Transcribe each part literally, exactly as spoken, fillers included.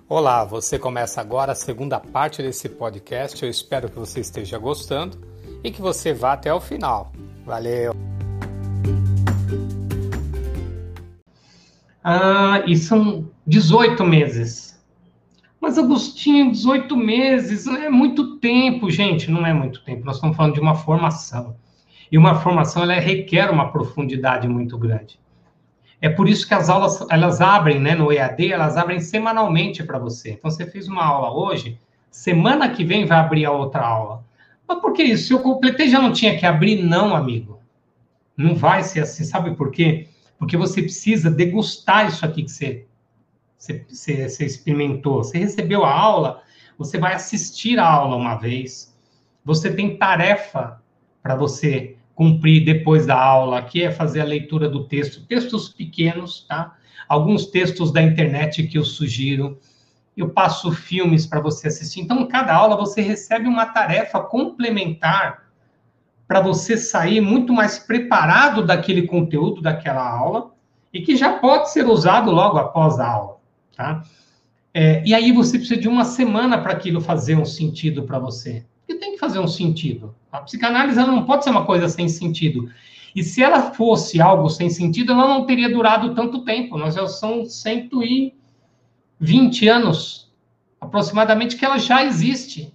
Olá, você começa agora a segunda parte desse podcast. Eu espero que você esteja gostando e que você vá até o final. Valeu! Ah, e são dezoito meses. Mas, Agostinho, dezoito meses não é muito tempo, gente. Não é muito tempo. Nós estamos falando de uma formação. E uma formação, ela requer uma profundidade muito grande. É por isso que as aulas, elas abrem, né, no E A D, elas abrem semanalmente para você. Então, você fez uma aula hoje, semana que vem vai abrir a outra aula. Mas por que isso? Se eu completei, já não tinha que abrir? Não, amigo. Não vai ser assim. Sabe por quê? Porque você precisa degustar isso aqui que você, você, você, você experimentou. Você recebeu a aula, você vai assistir a aula uma vez. Você tem tarefa para você cumprir depois da aula, que é fazer a leitura do texto, textos pequenos, tá? Alguns textos da internet que eu sugiro. Eu passo filmes para você assistir. Então, em cada aula, você recebe uma tarefa complementar para você sair muito mais preparado daquele conteúdo, daquela aula, e que já pode ser usado logo após a aula, tá? É, e aí você precisa de uma semana para aquilo fazer um sentido para você. Porque tem que fazer um sentido. A psicanálise ela não pode ser uma coisa sem sentido. E se ela fosse algo sem sentido, ela não teria durado tanto tempo. Nós já são cento e vinte anos, aproximadamente, que ela já existe.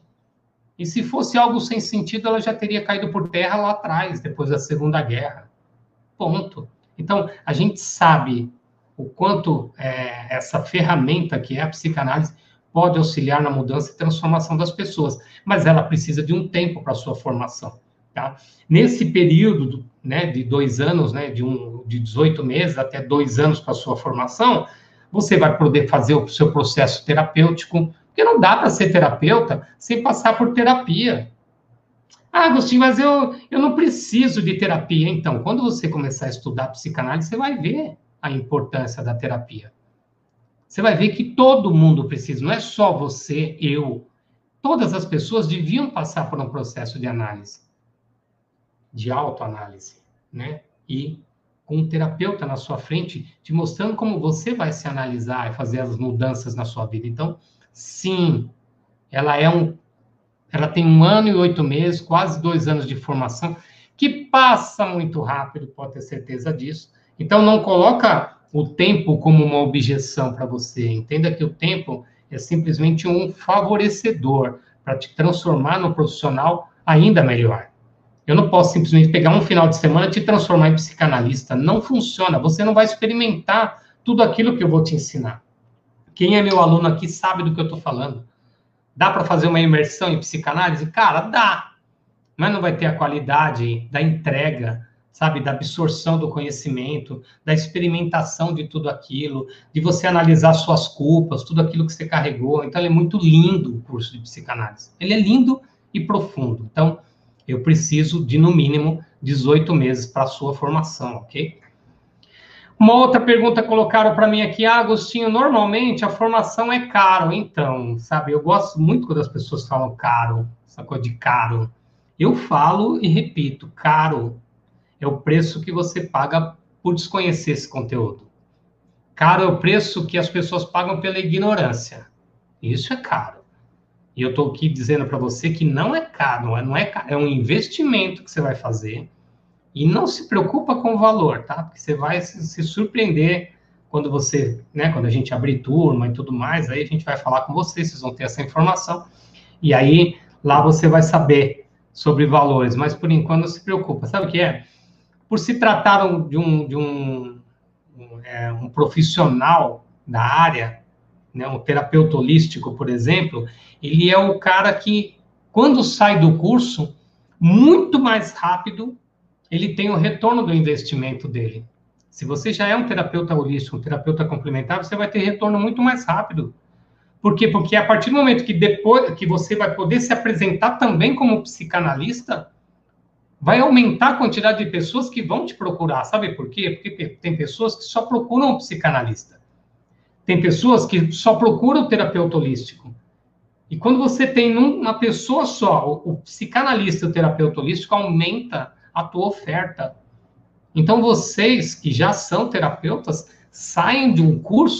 E se fosse algo sem sentido, ela já teria caído por terra lá atrás, depois da Segunda Guerra. Ponto. Então, a gente sabe o quanto é, essa ferramenta que é a psicanálise pode auxiliar na mudança e transformação das pessoas, mas ela precisa de um tempo para a sua formação. Tá? Nesse período, né, de dois anos, né, de, um, de dezoito meses até dois anos para a sua formação, você vai poder fazer o seu processo terapêutico, porque não dá para ser terapeuta sem passar por terapia. Ah, Agostinho, mas eu, eu não preciso de terapia. Então, quando você começar a estudar psicanálise, você vai ver a importância da terapia. Você vai ver que todo mundo precisa, não é só você, eu. Todas as pessoas deviam passar por um processo de análise, de autoanálise, né? E com um terapeuta na sua frente, te mostrando como você vai se analisar e fazer as mudanças na sua vida. Então, sim, ela é um, ela tem um ano e oito meses, quase dois anos de formação, que passa muito rápido, pode ter certeza disso. Então, não coloca o tempo como uma objeção para você. Entenda que o tempo é simplesmente um favorecedor para te transformar no profissional ainda melhor. Eu não posso simplesmente pegar um final de semana e te transformar em psicanalista. Não funciona. Você não vai experimentar tudo aquilo que eu vou te ensinar. Quem é meu aluno aqui sabe do que eu estou falando. Dá para fazer uma imersão em psicanálise? Cara, dá. Mas não vai ter a qualidade da entrega, sabe? Da absorção do conhecimento, da experimentação de tudo aquilo, de você analisar suas culpas, tudo aquilo que você carregou. Então, ele é muito lindo o curso de psicanálise. Ele é lindo e profundo. Então, eu preciso de, no mínimo, dezoito meses para a sua formação, ok? Uma outra pergunta colocaram para mim aqui, ah, Agostinho, normalmente a formação é caro. Então, sabe, eu gosto muito quando as pessoas falam caro, essa coisa de caro. Eu falo e repito, caro é o preço que você paga por desconhecer esse conteúdo. Caro é o preço que as pessoas pagam pela ignorância. Isso é caro. E eu estou aqui dizendo para você que não é caro, não é, não é caro, é um investimento que você vai fazer. E não se preocupa com o valor, tá? Porque você vai se, se surpreender quando você, né, quando a gente abrir turma e tudo mais, aí a gente vai falar com vocês, vocês vão ter essa informação. E aí, lá você vai saber sobre valores. Mas, por enquanto, não se preocupa. Sabe o que é? Por se tratar de um, de um, um, é, um profissional da área, né, um terapeuta holístico, por exemplo, ele é o cara que, quando sai do curso, muito mais rápido, ele tem o retorno do investimento dele. Se você já é um terapeuta holístico, um terapeuta complementar, você vai ter retorno muito mais rápido. Por quê? Porque a partir do momento que depois que você vai poder se apresentar também como psicanalista, vai aumentar a quantidade de pessoas que vão te procurar. Sabe por quê? Porque tem pessoas que só procuram um psicanalista. Tem pessoas que só procuram o terapeuta holístico. E quando você tem uma pessoa só, o, o psicanalista e o terapeuta holístico, aumenta a tua oferta. Então, vocês que já são terapeutas, saem de um curso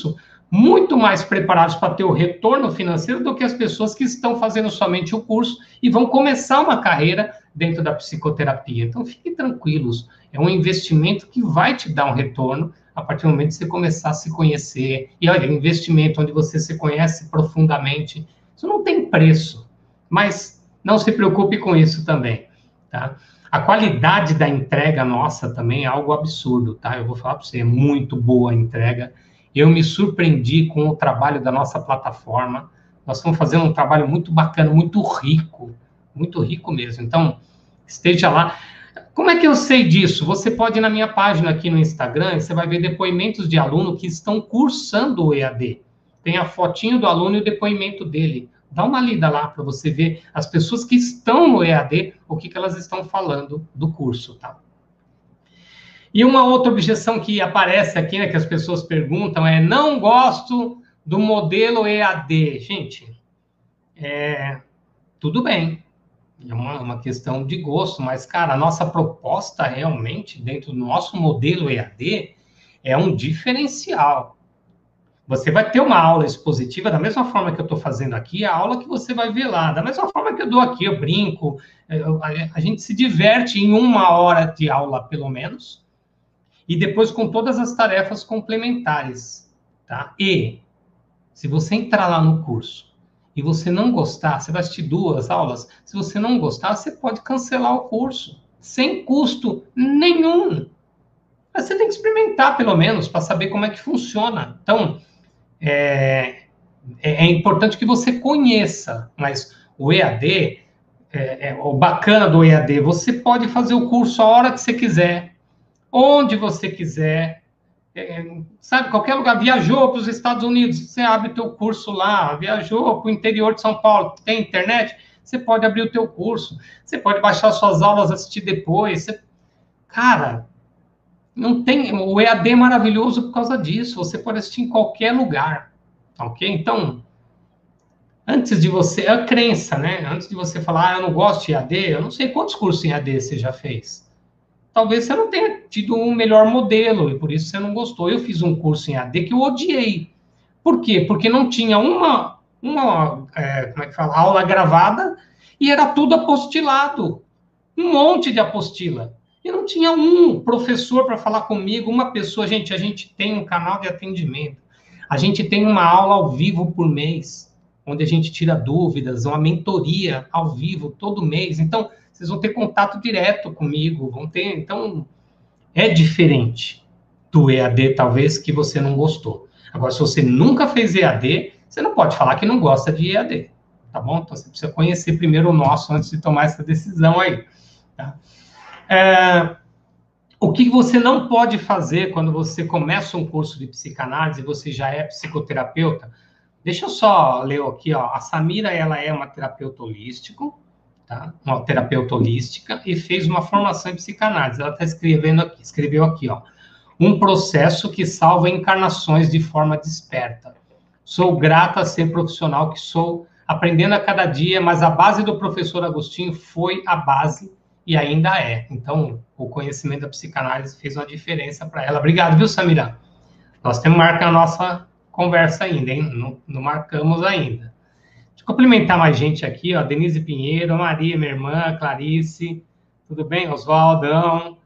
muito mais preparados para ter o retorno financeiro do que as pessoas que estão fazendo somente o curso e vão começar uma carreira dentro da psicoterapia. Então, fiquem tranquilos, é um investimento que vai te dar um retorno a partir do momento que você começar a se conhecer. E olha, investimento onde você se conhece profundamente, isso não tem preço, mas não se preocupe com isso também, tá? A qualidade da entrega nossa também é algo absurdo, tá? Eu vou falar para você, é muito boa a entrega. Eu me surpreendi com o trabalho da nossa plataforma. Nós estamos fazendo um trabalho muito bacana, muito rico, muito rico mesmo. Então, esteja lá. Como é que eu sei disso? Você pode ir na minha página aqui no Instagram, e você vai ver depoimentos de aluno que estão cursando o E A D. Tem a fotinho do aluno e o depoimento dele. Dá uma lida lá para você ver as pessoas que estão no E A D, o que, que elas estão falando do curso, tá? E uma outra objeção que aparece aqui, né, que as pessoas perguntam é: não gosto do modelo E A D. Gente, é, tudo bem, é uma, uma questão de gosto, mas, cara, a nossa proposta realmente, dentro do nosso modelo E A D, é um diferencial. Você vai ter uma aula expositiva da mesma forma que eu estou fazendo aqui, a aula que você vai ver lá, da mesma forma que eu dou aqui, eu brinco, eu, a, a gente se diverte em uma hora de aula, pelo menos, e depois com todas as tarefas complementares, tá? E, se você entrar lá no curso e você não gostar, você vai assistir duas aulas, se você não gostar, você pode cancelar o curso, sem custo nenhum. Mas você tem que experimentar, pelo menos, para saber como é que funciona. Então, é, é, é importante que você conheça, mas o E A D, é, é, o bacana do E A D, você pode fazer o curso a hora que você quiser, onde você quiser, é, sabe, qualquer lugar. Viajou para os Estados Unidos, você abre o teu curso lá. Viajou para o interior de São Paulo, tem internet, você pode abrir o teu curso, você pode baixar suas aulas, assistir depois. Você... Cara, não tem... o E A D é maravilhoso por causa disso, você pode assistir em qualquer lugar, ok? Então, antes de você... é a crença, né? Antes de você falar, ah, eu não gosto de E A D, eu não sei quantos cursos em E A D você já fez. Talvez você não tenha tido um melhor modelo, e por isso você não gostou. Eu fiz um curso em E A D que eu odiei. Por quê? Porque não tinha uma, uma é, como é que fala? Aula gravada, e era tudo apostilado. Um monte de apostila. E não tinha um professor para falar comigo, uma pessoa. Gente, a gente tem um canal de atendimento. A gente tem uma aula ao vivo por mês, onde a gente tira dúvidas, uma mentoria ao vivo todo mês. Então, vocês vão ter contato direto comigo, vão ter... Então, é diferente do E A D, talvez, que você não gostou. Agora, se você nunca fez E A D, você não pode falar que não gosta de E A D, tá bom? Então, você precisa conhecer primeiro o nosso antes de tomar essa decisão aí, tá? É, o que você não pode fazer quando você começa um curso de psicanálise e você já é psicoterapeuta? Deixa eu só ler aqui, ó. A Samira, ela é uma terapeuta holístico, tá? Uma terapeuta holística, e fez uma formação em psicanálise. Ela está escrevendo aqui, escreveu aqui, ó. Um processo que salva encarnações de forma desperta. Sou grata a ser profissional que sou, aprendendo a cada dia, mas a base do professor Agostinho foi a base e ainda é. Então, o conhecimento da psicanálise fez uma diferença para ela. Obrigado, viu, Samira? Nós temos que marcar a nossa conversa ainda, hein? Não, não marcamos ainda. Deixa eu cumprimentar mais gente aqui, ó. Denise Pinheiro, Maria, minha irmã, Clarice, tudo bem? Oswaldão,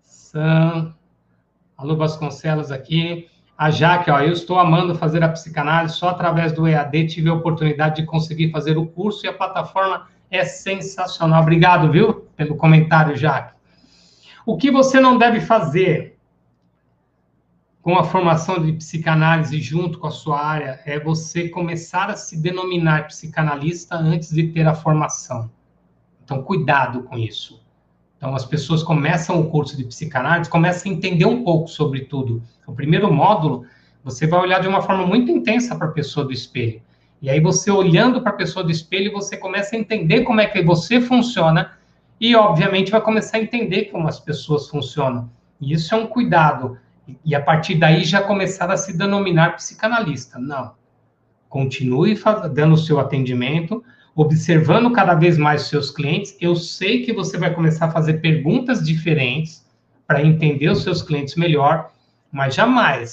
Sam, Alu Vasconcelos aqui. A Jaque, ó, eu estou amando fazer a psicanálise, só através do E A D tive a oportunidade de conseguir fazer o curso e a plataforma é sensacional. Obrigado, viu, pelo comentário, Jaque. O que você não deve fazer com a formação de psicanálise junto com a sua área é você começar a se denominar psicanalista antes de ter a formação. Então, cuidado com isso. Então, as pessoas começam o curso de psicanálise, começam a entender um pouco sobre tudo. O primeiro módulo, você vai olhar de uma forma muito intensa para a pessoa do espelho. E aí, você olhando para a pessoa do espelho, você começa a entender como é que você funciona e, obviamente, vai começar a entender como as pessoas funcionam. E isso é um cuidado. E, a partir daí, já começar a se denominar psicanalista. Não. Continue faz... dando o seu atendimento, observando cada vez mais os seus clientes. Eu sei que você vai começar a fazer perguntas diferentes para entender os seus clientes melhor, mas jamais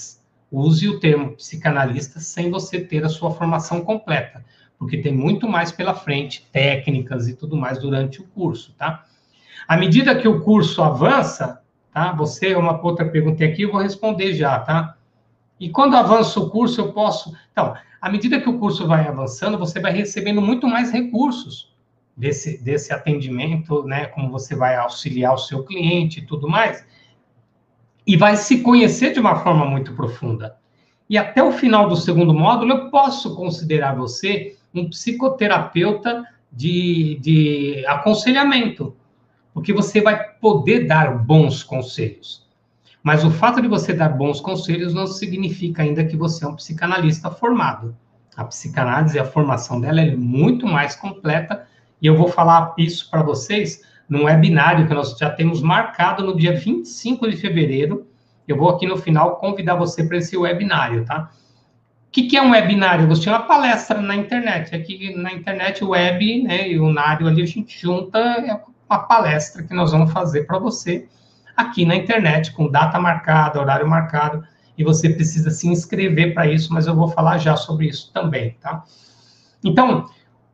use o termo psicanalista sem você ter a sua formação completa, porque tem muito mais pela frente, técnicas e tudo mais durante o curso, tá? À medida que o curso avança, tá? Você, uma outra pergunta aqui, eu vou responder já, tá? E quando avança o curso, eu posso... Então, à medida que o curso vai avançando, você vai recebendo muito mais recursos desse, desse atendimento, né? Como você vai auxiliar o seu cliente e tudo mais. E vai se conhecer de uma forma muito profunda. E até o final do segundo módulo, eu posso considerar você um psicoterapeuta de, de aconselhamento, porque você vai poder dar bons conselhos. Mas o fato de você dar bons conselhos não significa ainda que você é um psicanalista formado. A psicanálise, a formação dela é muito mais completa, e eu vou falar isso para vocês num webinário que nós já temos marcado no dia vinte e cinco de fevereiro. Eu vou aqui no final convidar você para esse webinário, tá? O que, que é um webinário? Você tem uma palestra na internet. Aqui na internet, o web, né, e o nário ali, a gente junta é uma palestra que nós vamos fazer para você aqui na internet, com data marcada, horário marcado, e você precisa se inscrever para isso, mas eu vou falar já sobre isso também, tá? Então,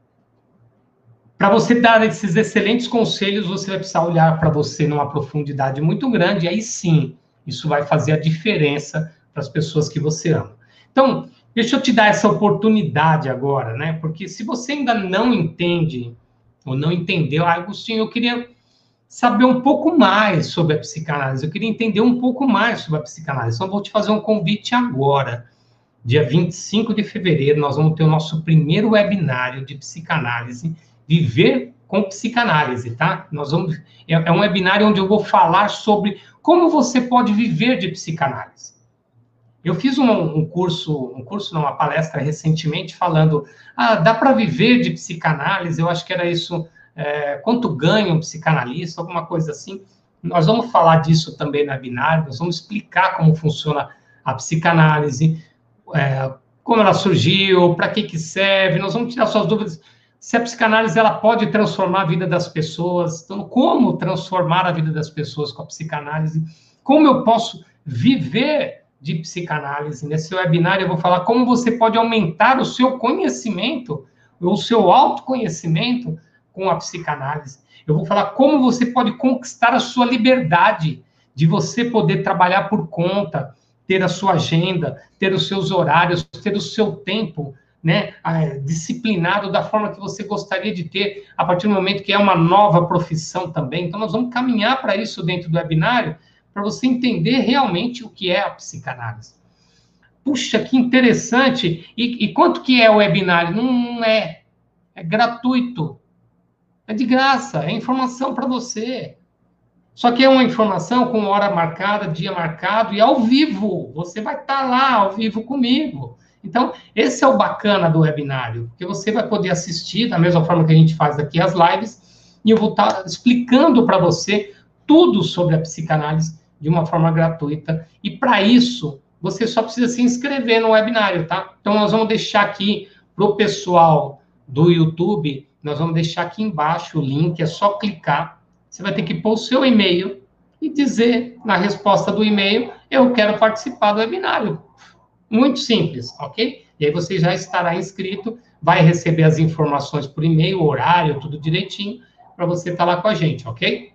para você dar esses excelentes conselhos, você vai precisar olhar para você numa profundidade muito grande, e aí sim, isso vai fazer a diferença para as pessoas que você ama. Então, deixa eu te dar essa oportunidade agora, né? Porque se você ainda não entende, ou não entendeu, ah, Agostinho, eu queria saber um pouco mais sobre a psicanálise, eu queria entender um pouco mais sobre a psicanálise, então eu vou te fazer um convite agora. Dia vinte e cinco de fevereiro, nós vamos ter o nosso primeiro webinário de psicanálise, Viver com Psicanálise, tá? Nós vamos, é, é um webinário onde eu vou falar sobre como você pode viver de psicanálise. Eu fiz um, um curso, um curso, não, uma palestra recentemente falando, ah, dá para viver de psicanálise, eu acho que era isso, é, quanto ganha um psicanalista, alguma coisa assim. Nós vamos falar disso também no webinário, nós vamos explicar como funciona a psicanálise, é, como ela surgiu, para que que serve, nós vamos tirar suas dúvidas, se a psicanálise ela pode transformar a vida das pessoas, então como transformar a vida das pessoas com a psicanálise, como eu posso viver de psicanálise. Nesse webinário eu vou falar como você pode aumentar o seu conhecimento, o seu autoconhecimento com a psicanálise. Eu vou falar como você pode conquistar a sua liberdade de você poder trabalhar por conta, ter a sua agenda, ter os seus horários, ter o seu tempo, né, disciplinado da forma que você gostaria de ter, a partir do momento que é uma nova profissão também. Então, nós vamos caminhar para isso dentro do webinário, para você entender realmente o que é a psicanálise. Puxa, que interessante! E, e quanto que é o webinário? Não é. É gratuito. É de graça, é informação para você. Só que é uma informação com hora marcada, dia marcado e ao vivo. Você vai estar lá ao vivo comigo. Então, esse é o bacana do webinário, porque você vai poder assistir da mesma forma que a gente faz aqui as lives, e eu vou estar explicando para você tudo sobre a psicanálise de uma forma gratuita. E para isso, você só precisa se inscrever no webinário, tá? Então, nós vamos deixar aqui para o pessoal do YouTube, nós vamos deixar aqui embaixo o link, é só clicar. Você vai ter que pôr o seu e-mail e dizer na resposta do e-mail, eu quero participar do webinário. Muito simples, ok? E aí você já estará inscrito, vai receber as informações por e-mail, horário, tudo direitinho, para você estar lá com a gente, ok?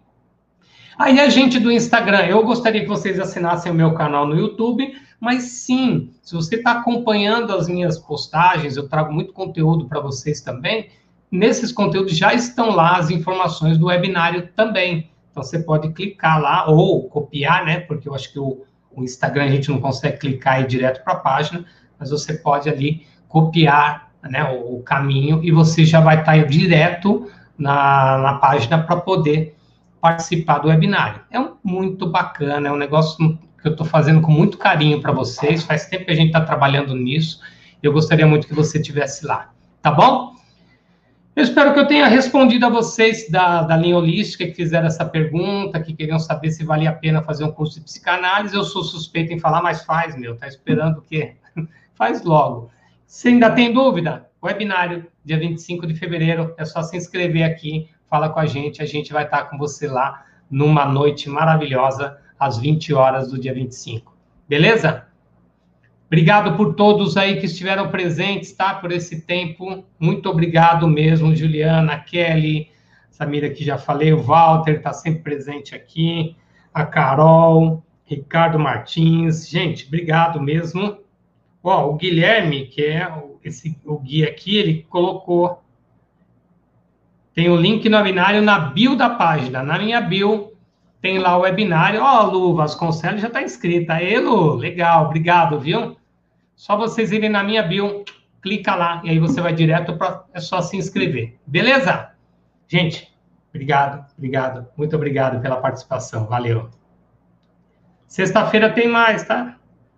Aí a gente do Instagram, eu gostaria que vocês assinassem o meu canal no YouTube, mas sim, se você está acompanhando as minhas postagens, eu trago muito conteúdo para vocês também, nesses conteúdos já estão lá as informações do webinário também. Então você pode clicar lá ou copiar, né? Porque eu acho que o O Instagram a gente não consegue clicar e ir direto para a página, mas você pode ali copiar, né, o, o caminho e você já vai estar direto na, na página para poder participar do webinário. É um, muito bacana, é um negócio que eu estou fazendo com muito carinho para vocês, faz tempo que a gente está trabalhando nisso, eu gostaria muito que você estivesse lá, tá bom? Eu espero que eu tenha respondido a vocês da, da linha holística que fizeram essa pergunta, que queriam saber se valia a pena fazer um curso de psicanálise. Eu sou suspeito em falar, mas faz, meu. Tá esperando o quê? Faz logo. Se ainda tem dúvida, webinário, dia vinte e cinco de fevereiro, é só se inscrever aqui, fala com a gente, a gente vai estar com você lá numa noite maravilhosa, às vinte horas do dia vinte e cinco. Beleza? Obrigado por todos aí que estiveram presentes, tá? Por esse tempo. Muito obrigado mesmo, Juliana, Kelly, Samira, que já falei, o Walter está sempre presente aqui, a Carol, Ricardo Martins. Gente, obrigado mesmo. Ó, o Guilherme, que é esse, o guia aqui, ele colocou. Tem o link no webinário na bio da página. Na minha bio tem lá o webinário. Ó, a Lu Vasconcelos já está inscrita. Aí, Lu, legal, obrigado, viu? Só vocês irem na minha bio, clica lá e aí você vai direto para... É só se inscrever. Beleza? Gente, obrigado, obrigado. Muito obrigado pela participação. Valeu. Sexta-feira tem mais, tá?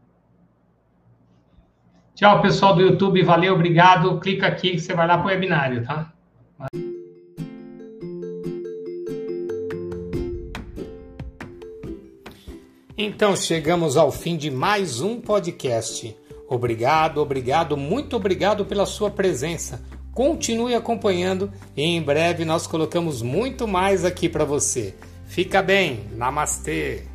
Tchau, pessoal do YouTube. Valeu, obrigado. Clica aqui que você vai lá para o webinário, tá? Então, chegamos ao fim de mais um podcast. Obrigado, obrigado, muito obrigado pela sua presença. Continue acompanhando e em breve nós colocamos muito mais aqui para você. Fica bem. Namastê.